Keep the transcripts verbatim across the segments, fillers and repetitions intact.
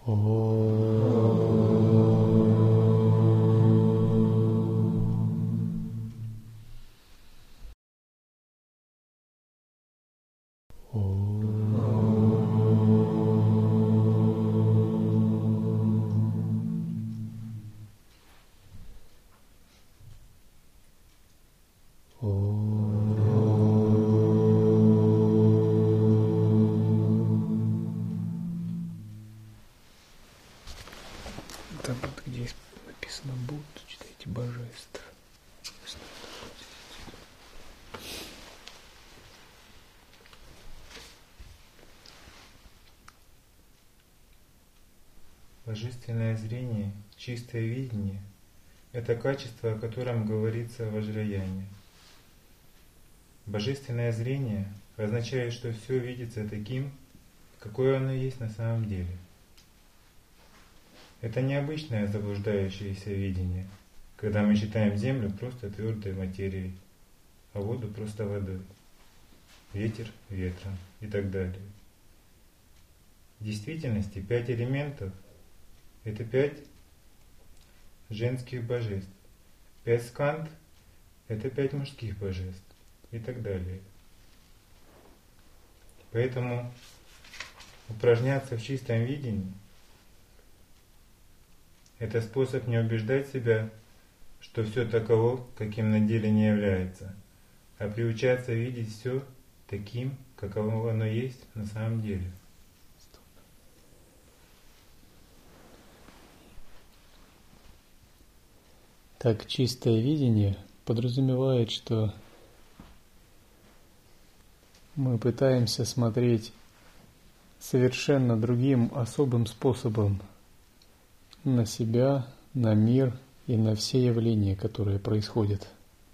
Там вот где написано Будда, читайте божеств. Божественное зрение, чистое видение – это качество, о котором говорится в Ваджраяне. Божественное зрение означает, что все видится таким, какое оно есть на самом деле. Это необычное заблуждающееся видение, когда мы считаем Землю просто твердой материей, а воду просто водой, ветер ветром и так далее. В действительности пять элементов – это пять женских божеств, пять сканд – это пять мужских божеств и так далее. Поэтому упражняться в чистом видении – это способ не убеждать себя, что все таково, каким на деле не является, а приучаться видеть все таким, каково оно есть на самом деле. Так, чистое видение подразумевает, что мы пытаемся смотреть совершенно другим, особым способом на себя, на мир и на все явления, которые происходят.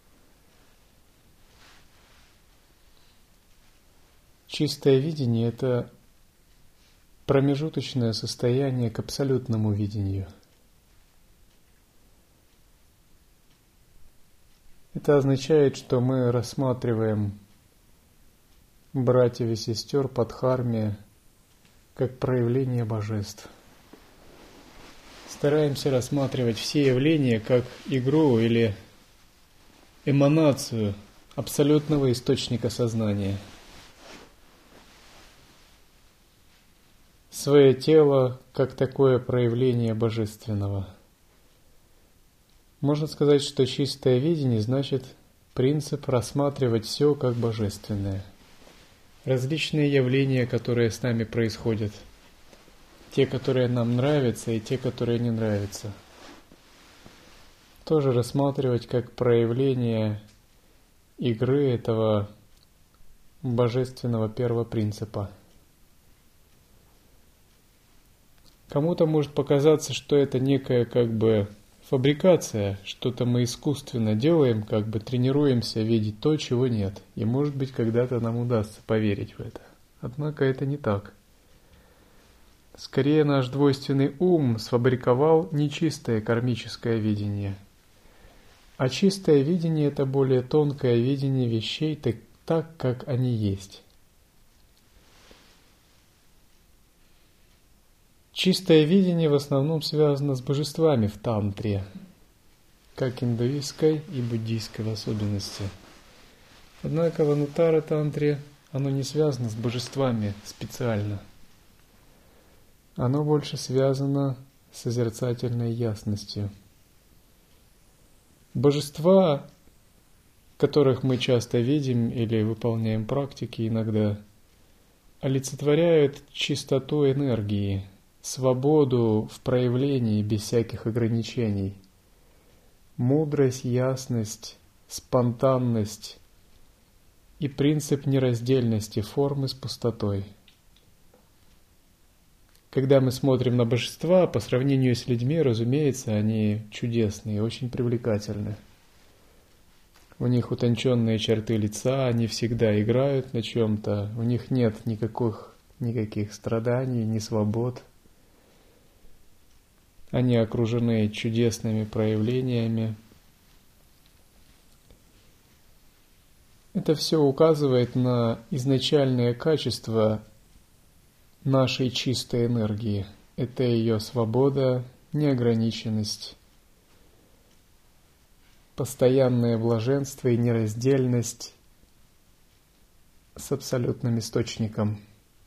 Чистое видение – это промежуточное состояние к абсолютному видению. Это означает, что мы рассматриваем братьев и сестер по дхарме как проявление божеств. Стараемся рассматривать все явления как игру или эманацию абсолютного источника сознания. Свое тело как такое проявление божественного. Можно сказать, что чистое видение значит принцип рассматривать все как божественное. Различные явления, которые с нами происходят. Те, которые нам нравятся, и те, которые не нравятся. Тоже рассматривать как проявление игры этого божественного первого принципа. Кому-то может показаться, что это некая как бы фабрикация, что-то мы искусственно делаем, как бы тренируемся видеть то, чего нет. И может быть когда-то нам удастся поверить в это. Однако это не так. Скорее наш двойственный ум сфабриковал нечистое кармическое видение. А чистое видение – это более тонкое видение вещей так, так, как они есть. Чистое видение в основном связано с божествами в тантре, как индуистской и буддийской в особенности. Однако в анутара-тантре оно не связано с божествами специально. Оно больше связано с созерцательной ясностью. Божества, которых мы часто видим или выполняем практики иногда, олицетворяют чистоту энергии, свободу в проявлении без всяких ограничений, мудрость, ясность, спонтанность и принцип нераздельности формы с пустотой. Когда мы смотрим на божества, по сравнению с людьми, разумеется, они чудесные, очень привлекательны. У них утонченные черты лица, они всегда играют на чем-то, у них нет никаких, никаких страданий, ни свобод. Они окружены чудесными проявлениями. Это все указывает на изначальное качество нашей чистой энергии, это ее свобода, неограниченность, постоянное блаженство и нераздельность с абсолютным источником.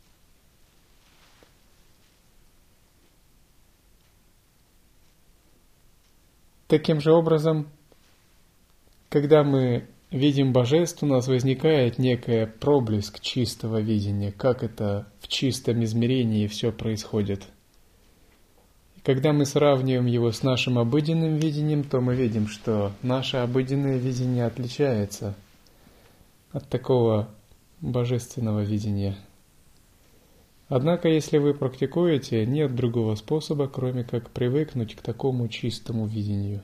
Таким же образом, когда мы видим Божество, у нас возникает некая проблеск чистого видения, как это в чистом измерении все происходит. И когда мы сравниваем его с нашим обыденным видением, то мы видим, что наше обыденное видение отличается от такого божественного видения. Однако, если вы практикуете, нет другого способа, кроме как привыкнуть к такому чистому видению.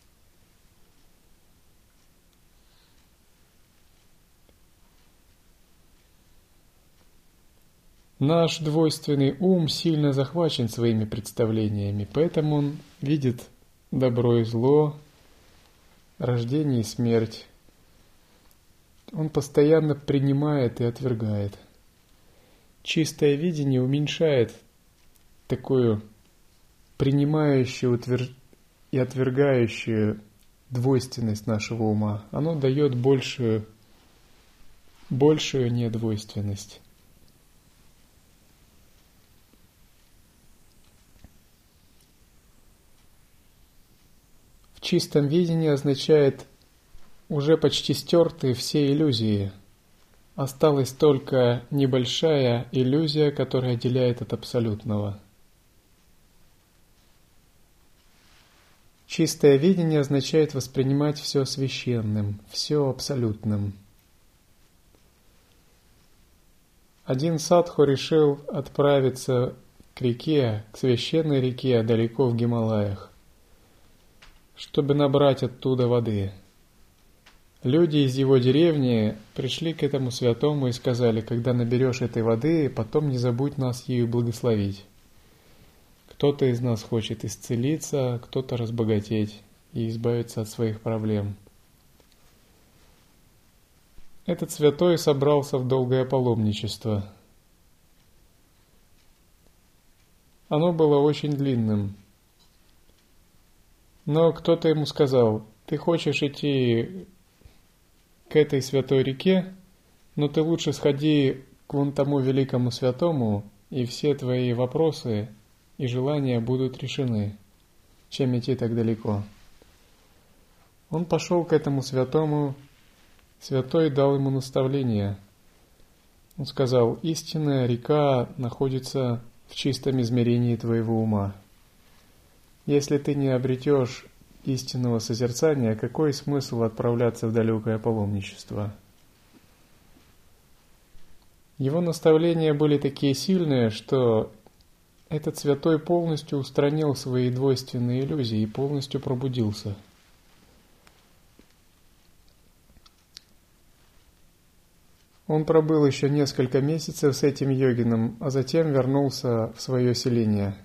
Наш двойственный ум сильно захвачен своими представлениями, поэтому он видит добро и зло, рождение и смерть. Он постоянно принимает и отвергает. Чистое видение уменьшает такую принимающую и отвергающую двойственность нашего ума. Оно дает большую, большую недвойственность. В чистом видении означает уже почти стертые все иллюзии. Осталась только небольшая иллюзия, которая отделяет от абсолютного. Чистое видение означает воспринимать все священным, все абсолютным. Один садху решил отправиться к реке, к священной реке, далеко в Гималаях, чтобы набрать оттуда воды. Люди из его деревни пришли к этому святому и сказали: когда наберешь этой воды, потом не забудь нас ею благословить. Кто-то из нас хочет исцелиться, кто-то разбогатеть и избавиться от своих проблем. Этот святой собрался в долгое паломничество. Оно было очень длинным. Но кто-то ему сказал: ты хочешь идти к этой святой реке, но ты лучше сходи к вон тому великому святому, и все твои вопросы и желания будут решены, чем идти так далеко. Он пошел к этому святому, святой дал ему наставление. Он сказал: истинная река находится в чистом измерении твоего ума. Если ты не обретешь истинного созерцания, какой смысл отправляться в далекое паломничество? Его наставления были такие сильные, что этот святой полностью устранил свои двойственные иллюзии и полностью пробудился. Он пробыл еще несколько месяцев с этим йогином, а затем вернулся в свое селение.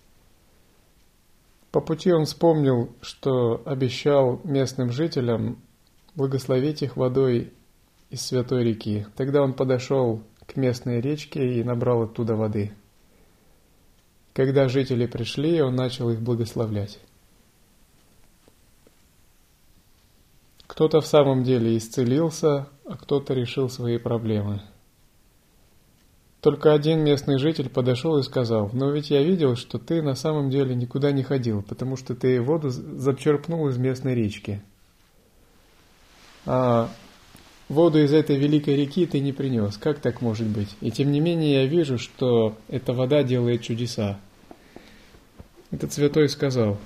По пути он вспомнил, что обещал местным жителям благословить их водой из святой реки. Тогда он подошел к местной речке и набрал оттуда воды. Когда жители пришли, он начал их благословлять. Кто-то в самом деле исцелился, а кто-то решил свои проблемы. Только один местный житель подошел и сказал: «Но ведь я видел, что ты на самом деле никуда не ходил, потому что ты воду зачерпнул из местной речки. А воду из этой великой реки ты не принес. Как так может быть? И тем не менее я вижу, что эта вода делает чудеса». Этот святой сказал: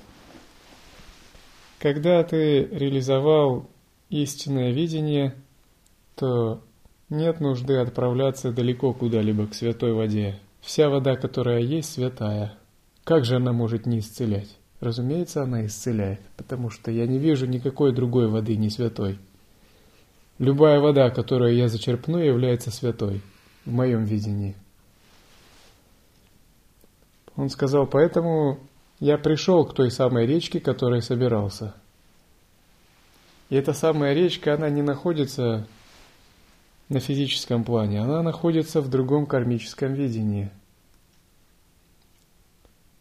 «Когда ты реализовал истинное видение, то нет нужды отправляться далеко куда-либо к святой воде. Вся вода, которая есть, святая. Как же она может не исцелять? Разумеется, она исцеляет, потому что я не вижу никакой другой воды не святой. Любая вода, которую я зачерпну, является святой в моем видении». Он сказал: «Поэтому я пришел к той самой речке, к которой собирался. И эта самая речка, она не находится на физическом плане, она находится в другом кармическом видении.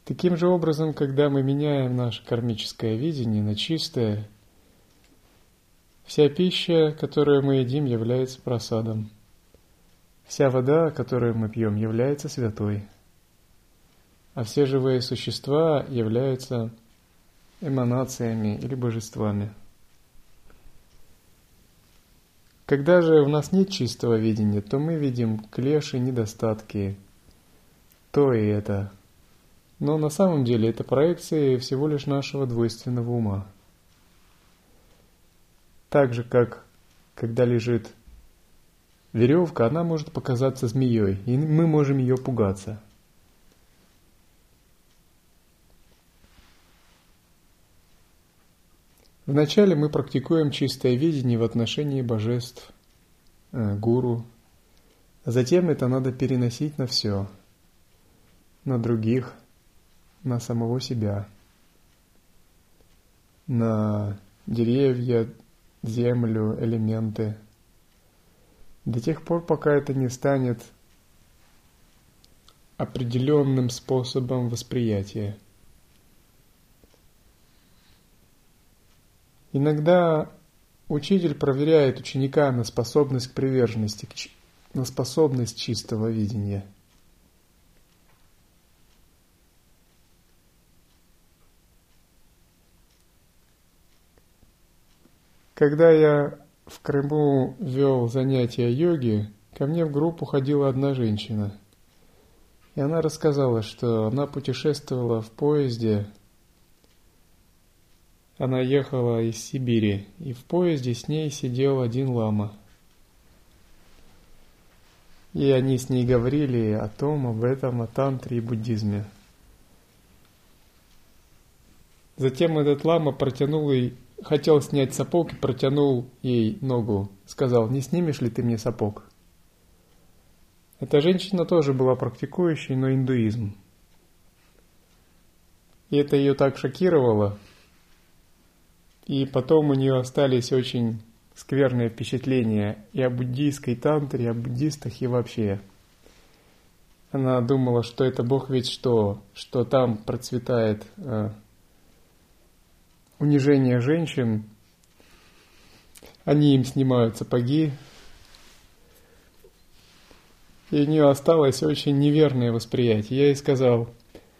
Таким же образом, когда мы меняем наше кармическое видение на чистое, вся пища, которую мы едим, является прасадом. Вся вода, которую мы пьем, является святой. А все живые существа являются эманациями или божествами. Когда же у нас нет чистого видения, то мы видим клеши, недостатки, то и это. Но на самом деле это проекции всего лишь нашего двойственного ума. Так же, как когда лежит веревка, она может показаться змеей, и мы можем ее пугаться. Вначале мы практикуем чистое видение в отношении божеств, э, гуру, а затем это надо переносить на все, на других, на самого себя, на деревья, землю, элементы, до тех пор, пока это не станет определенным способом восприятия. Иногда учитель проверяет ученика на способность к приверженности, на способность чистого видения. Когда я в Крыму вел занятия йоги, ко мне в группу ходила одна женщина. И она рассказала, что она путешествовала в поезде. Она ехала из Сибири, и в поезде с ней сидел один лама. И они с ней говорили о том, об этом, о тантре и буддизме. Затем этот лама протянул ей, хотел снять сапог и протянул ей ногу. Сказал: «Не снимешь ли ты мне сапог?» Эта женщина тоже была практикующей, но индуизм. И это ее так шокировало. И потом у нее остались очень скверные впечатления и о буддийской тантре, и о буддистах, и вообще. Она думала, что это Бог ведь что, что там процветает э, унижение женщин, они им снимают сапоги. И у нее осталось очень неверное восприятие. Я ей сказал: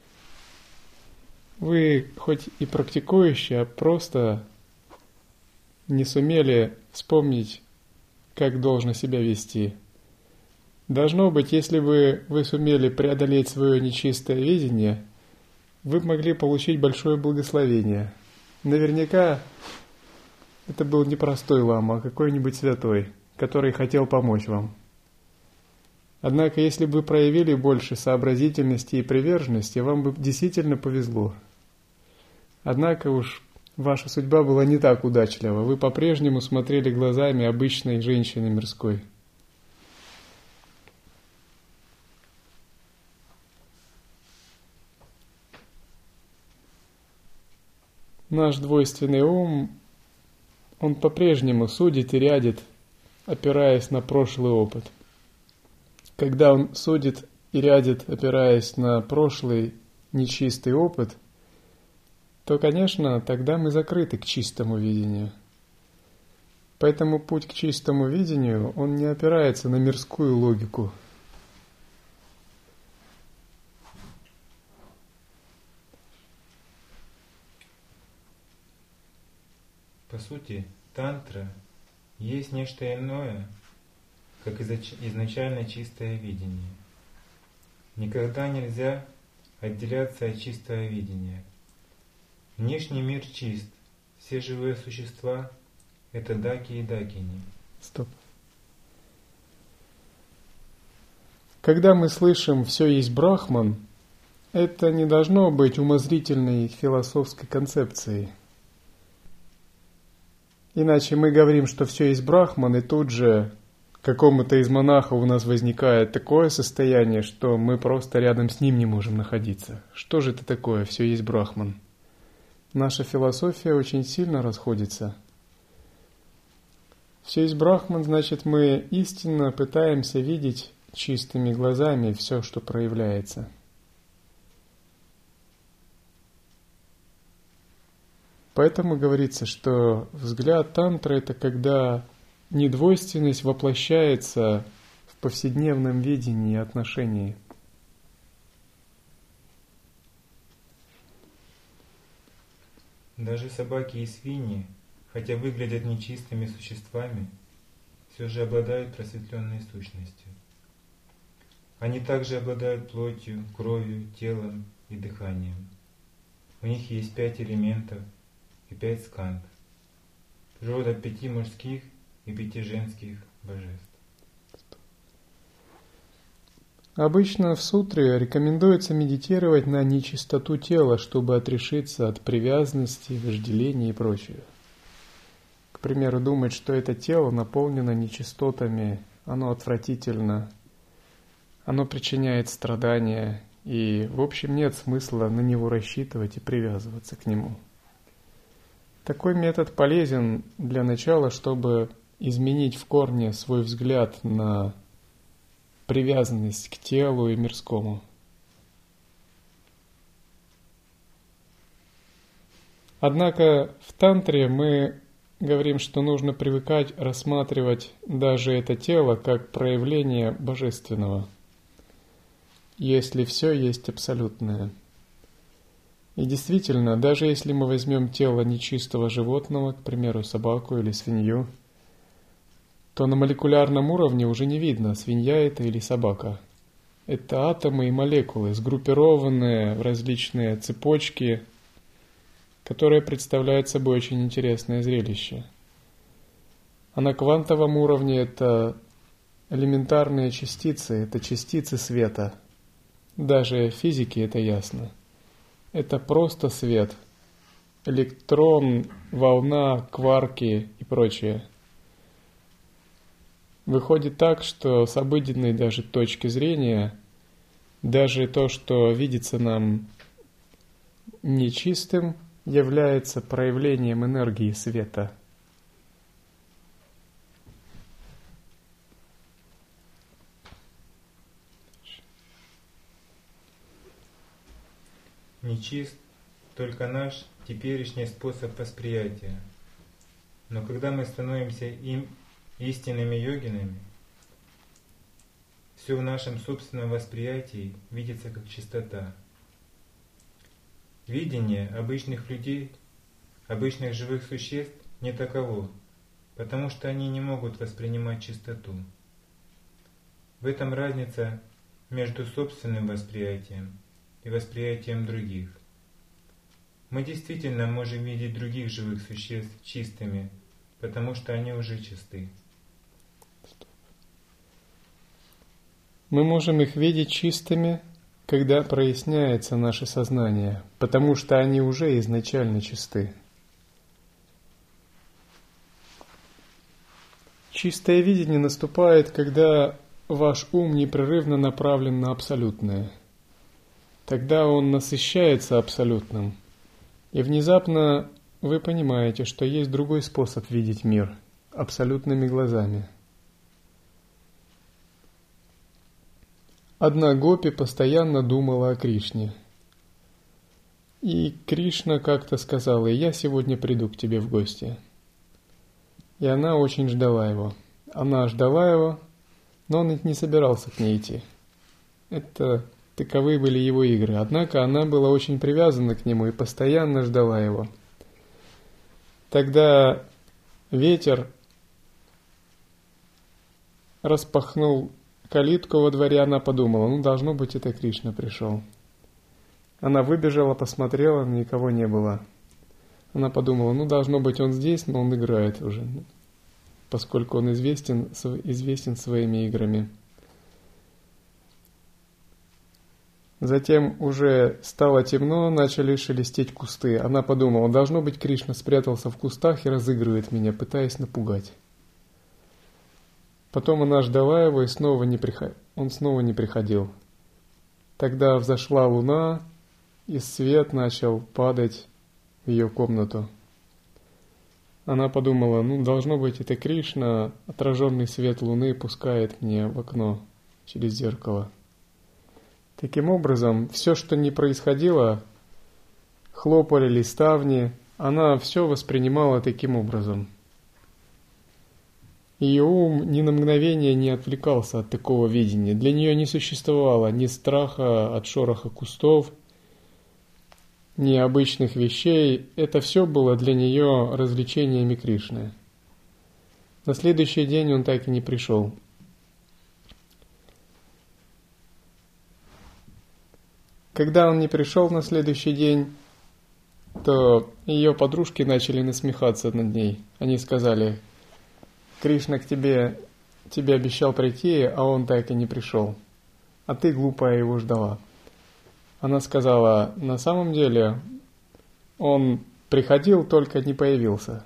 вы хоть и практикующие, а просто не сумели вспомнить, как должно себя вести. Должно быть, если бы вы сумели преодолеть свое нечистое видение, вы могли получить большое благословение. Наверняка это был не простой лама, а какой-нибудь святой, который хотел помочь вам. Однако, если бы вы проявили больше сообразительности и приверженности, вам бы действительно повезло. Однако уж ваша судьба была не так удачлива. Вы по-прежнему смотрели глазами обычной женщины мирской. Наш двойственный ум, он по-прежнему судит и рядит, опираясь на прошлый опыт. Когда он судит и рядит, опираясь на прошлый нечистый опыт, то, конечно, тогда мы закрыты к чистому видению. Поэтому путь к чистому видению, он не опирается на мирскую логику. По сути, тантра есть нечто иное, как изначально чистое видение. Никогда нельзя отделяться от чистого видения. Внешний мир чист, все живые существа – это даки и дакини. Стоп. Когда мы слышим «все есть Брахман», это не должно быть умозрительной философской концепцией. Иначе мы говорим, что все есть Брахман, и тут же какому-то из монахов у нас возникает такое состояние, что мы просто рядом с ним не можем находиться. Что же это такое «все есть Брахман»? Наша философия очень сильно расходится. Все есть Брахман, значит, мы истинно пытаемся видеть чистыми глазами все, что проявляется. Поэтому говорится, что взгляд тантры – это когда недвойственность воплощается в повседневном видении и отношении. Даже собаки и свиньи, хотя выглядят нечистыми существами, все же обладают просветленной сущностью. Они также обладают плотью, кровью, телом и дыханием. У них есть пять элементов и пять сканд, природа пяти мужских и пяти женских божеств. Обычно в сутре рекомендуется медитировать на нечистоту тела, чтобы отрешиться от привязанности, вожделения и прочего. К примеру, думать, что это тело наполнено нечистотами, оно отвратительно, оно причиняет страдания, и, в общем, нет смысла на него рассчитывать и привязываться к нему. Такой метод полезен для начала, чтобы изменить в корне свой взгляд на привязанность к телу и мирскому. Однако в тантре мы говорим, что нужно привыкать рассматривать даже это тело как проявление божественного, если все есть абсолютное. И действительно, даже если мы возьмем тело нечистого животного, к примеру, собаку или свинью, то на молекулярном уровне уже не видно, свинья это или собака. Это атомы и молекулы, сгруппированные в различные цепочки, которые представляют собой очень интересное зрелище. А на квантовом уровне это элементарные частицы, это частицы света. Даже в физике это ясно. Это просто свет, электрон, волна, кварки и прочее. Выходит так, что с обыденной даже точки зрения, даже то, что видится нам нечистым, является проявлением энергии света. Нечист только наш теперешний способ восприятия. Но когда мы становимся им истинными йогинами, все в нашем собственном восприятии видится как чистота. Видение обычных людей, обычных живых существ не таково, потому что они не могут воспринимать чистоту. В этом разница между собственным восприятием и восприятием других. Мы действительно можем видеть других живых существ чистыми, потому что они уже чисты. Мы можем их видеть чистыми, когда проясняется наше сознание, потому что они уже изначально чисты. Чистое видение наступает, когда ваш ум непрерывно направлен на абсолютное. Тогда он насыщается абсолютным, и внезапно вы понимаете, что есть другой способ видеть мир абсолютными глазами. Одна гопи постоянно думала о Кришне. И Кришна как-то сказала: «Я сегодня приду к тебе в гости». И она очень ждала его. Она ждала его, но он не собирался к ней идти. Это таковы были его игры. Однако она была очень привязана к нему и постоянно ждала его. Тогда ветер распахнул калитку во дворе, она подумала: ну, должно быть, это Кришна пришел. Она выбежала, посмотрела, никого не было. Она подумала: ну, должно быть, он здесь, но он играет уже, поскольку он известен, известен своими играми. Затем уже стало темно, начали шелестеть кусты. Она подумала: должно быть, Кришна спрятался в кустах и разыгрывает меня, пытаясь напугать. Потом она ждала его, и снова не приход... он снова не приходил. Тогда взошла луна, и свет начал падать в ее комнату. Она подумала: ну, должно быть, это Кришна, отраженный свет луны пускает мне в окно через зеркало. Таким образом, все, что не происходило, хлопали ли ставни, она все воспринимала таким образом. Ее ум ни на мгновение не отвлекался от такого видения. Для нее не существовало ни страха от шороха кустов, ни обычных вещей. Это все было для нее развлечениями Кришны. На следующий день он так и не пришел. Когда он не пришел на следующий день, то ее подружки начали насмехаться над ней. Они сказали: Кришна к тебе, тебе обещал прийти, а он так и не пришел. А ты, глупая, его ждала. Она сказала: на самом деле он приходил, только не появился.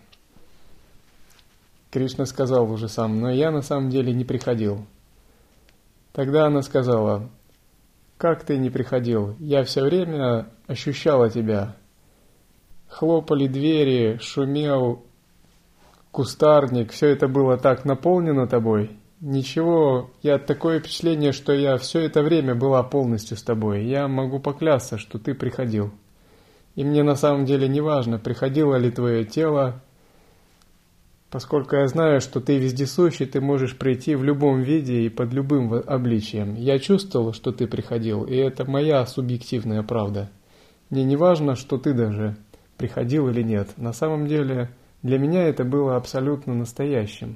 Кришна сказал уже сам: но я на самом деле не приходил. Тогда она сказала: как ты не приходил? Я все время ощущала тебя. Хлопали двери, шумел кустарник, все это было так наполнено тобой. Ничего, я такое впечатление, что я все это время была полностью с тобой. Я могу поклясться, что ты приходил. И мне на самом деле не важно, приходило ли твое тело, поскольку я знаю, что ты вездесущий, ты можешь прийти в любом виде и под любым обличием. Я чувствовал, что ты приходил, и это моя субъективная правда. Мне не важно, что ты даже приходил или нет. На самом деле, для меня это было абсолютно настоящим.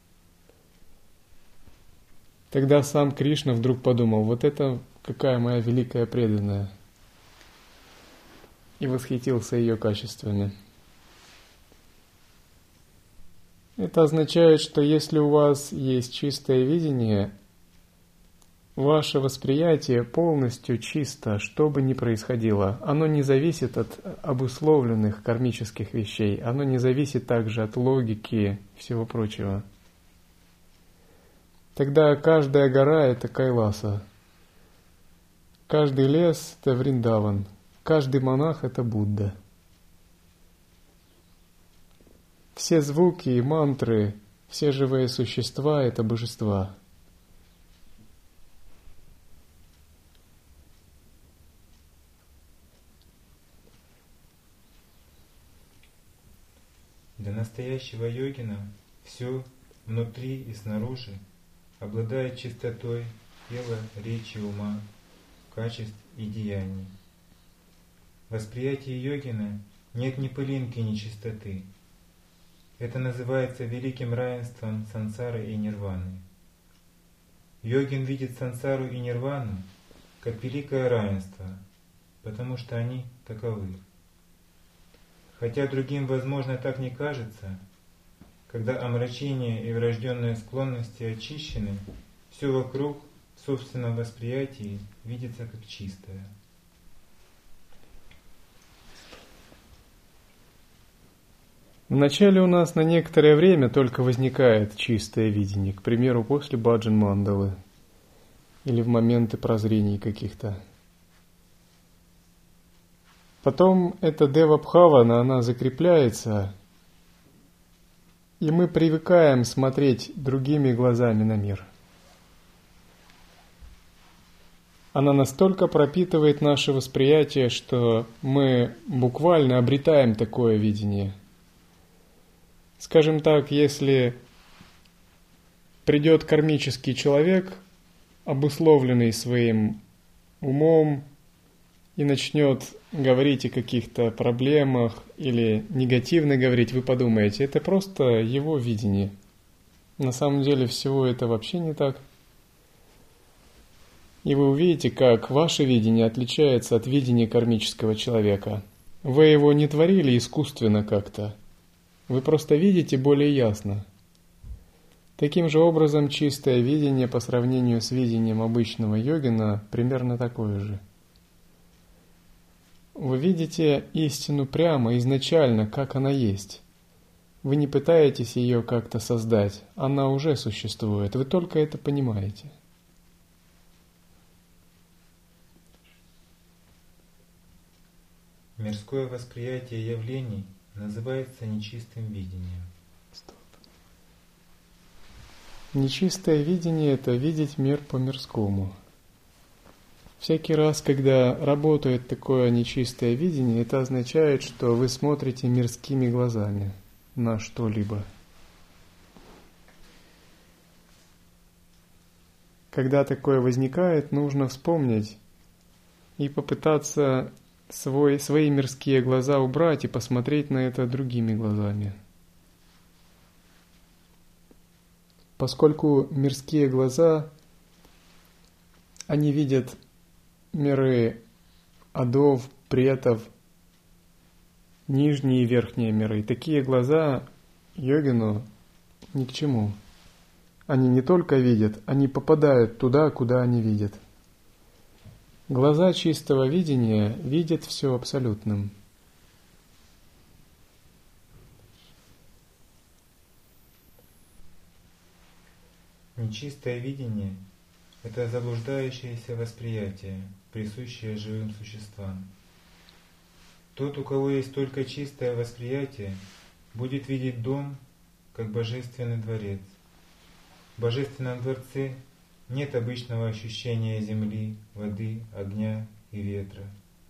Тогда сам Кришна вдруг подумал: вот это какая моя великая преданная. И восхитился ее качествами. Это означает, что если у вас есть чистое видение, ваше восприятие полностью чисто, что бы ни происходило. Оно не зависит от обусловленных кармических вещей, оно не зависит также от логики и всего прочего. Тогда каждая гора – это Кайласа, каждый лес – это Вриндаван, каждый монах – это Будда. Все звуки и мантры, все живые существа – это божества. Для настоящего йогина все внутри и снаружи обладает чистотой тела, речи, ума, качеств и деяний. В восприятии йогина нет ни пылинки нечистоты. Это называется великим равенством сансары и нирваны. Йогин видит сансару и нирвану как великое равенство, потому что они таковы. Хотя другим, возможно, так не кажется, когда омрачение и врожденные склонности очищены, все вокруг в собственном восприятии видится как чистое. Вначале у нас на некоторое время только возникает чистое видение, к примеру, после баджан мандалы или в моменты прозрений каких-то. Потом эта дева-бхавана, она закрепляется, и мы привыкаем смотреть другими глазами на мир. Она настолько пропитывает наше восприятие, что мы буквально обретаем такое видение. Скажем так, если придет кармический человек, обусловленный своим умом, и начнет говорить о каких-то проблемах или негативно говорить, вы подумаете, это просто его видение. На самом деле всего это вообще не так. И вы увидите, как ваше видение отличается от видения кармического человека. Вы его не творили искусственно как-то. Вы просто видите более ясно. Таким же образом, чистое видение по сравнению с видением обычного йогина примерно такое же. Вы видите истину прямо, изначально, как она есть. Вы не пытаетесь ее как-то создать, она уже существует, вы только это понимаете. Мирское восприятие явлений называется нечистым видением. Стоп. Нечистое видение – это видеть мир по-мирскому. Всякий раз, когда работает такое нечистое видение, это означает, что вы смотрите мирскими глазами на что-либо. Когда такое возникает, нужно вспомнить и попытаться свой, свои мирские глаза убрать и посмотреть на это другими глазами. Поскольку мирские глаза, они видят миры адов, претов, нижние и верхние миры. Такие глаза йогину ни к чему. Они не только видят, они попадают туда, куда они видят. Глаза чистого видения видят все абсолютным. Нечистое видение – это заблуждающееся восприятие, присущее живым существам. Тот, у кого есть только чистое восприятие, будет видеть дом как божественный дворец. В божественном дворце нет обычного ощущения земли, воды, огня и ветра.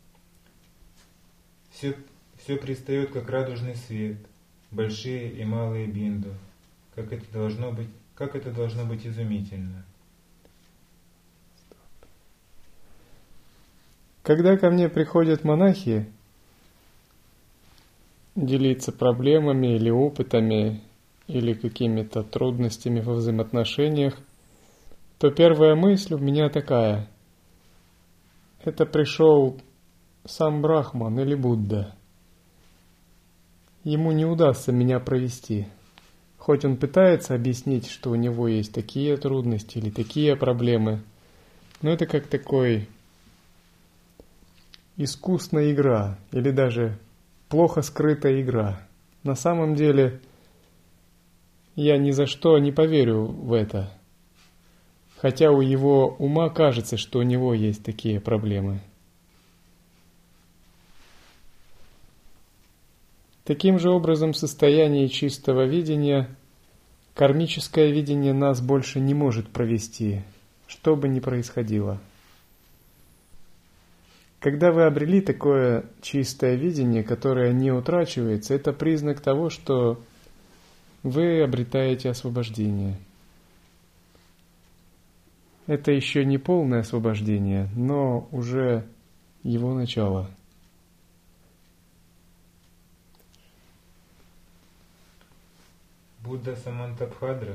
Все, все предстает как радужный свет, большие и малые бинду, как это должно быть, как это должно быть изумительно. Когда ко мне приходят монахи делиться проблемами или опытами, или какими-то трудностями во взаимоотношениях, то первая мысль у меня такая: это пришел сам Брахман или Будда. Ему не удастся меня провести. Хоть он пытается объяснить, что у него есть такие трудности или такие проблемы, но это как такой искусная игра или даже плохо скрытая игра. На самом деле я ни за что не поверю в это, хотя у его ума кажется, что у него есть такие проблемы. Таким же образом, в состоянии чистого видения кармическое видение нас больше не может провести, что бы ни происходило. Когда вы обрели такое чистое видение, которое не утрачивается, это признак того, что вы обретаете освобождение. Это еще не полное освобождение, но уже его начало. Будда Самантабхадра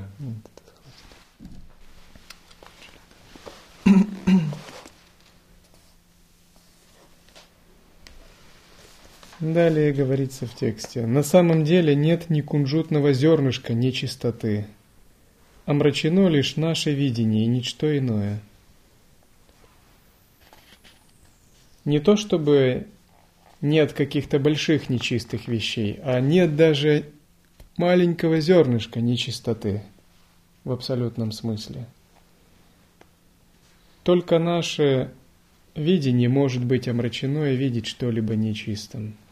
Далее говорится в тексте: «На самом деле нет ни кунжутного зернышка нечистоты. Омрачено лишь наше видение и ничто иное». Не то чтобы нет каких-то больших нечистых вещей, а нет даже маленького зернышка нечистоты в абсолютном смысле. Только наше видение может быть омрачено и видеть что-либо нечистым.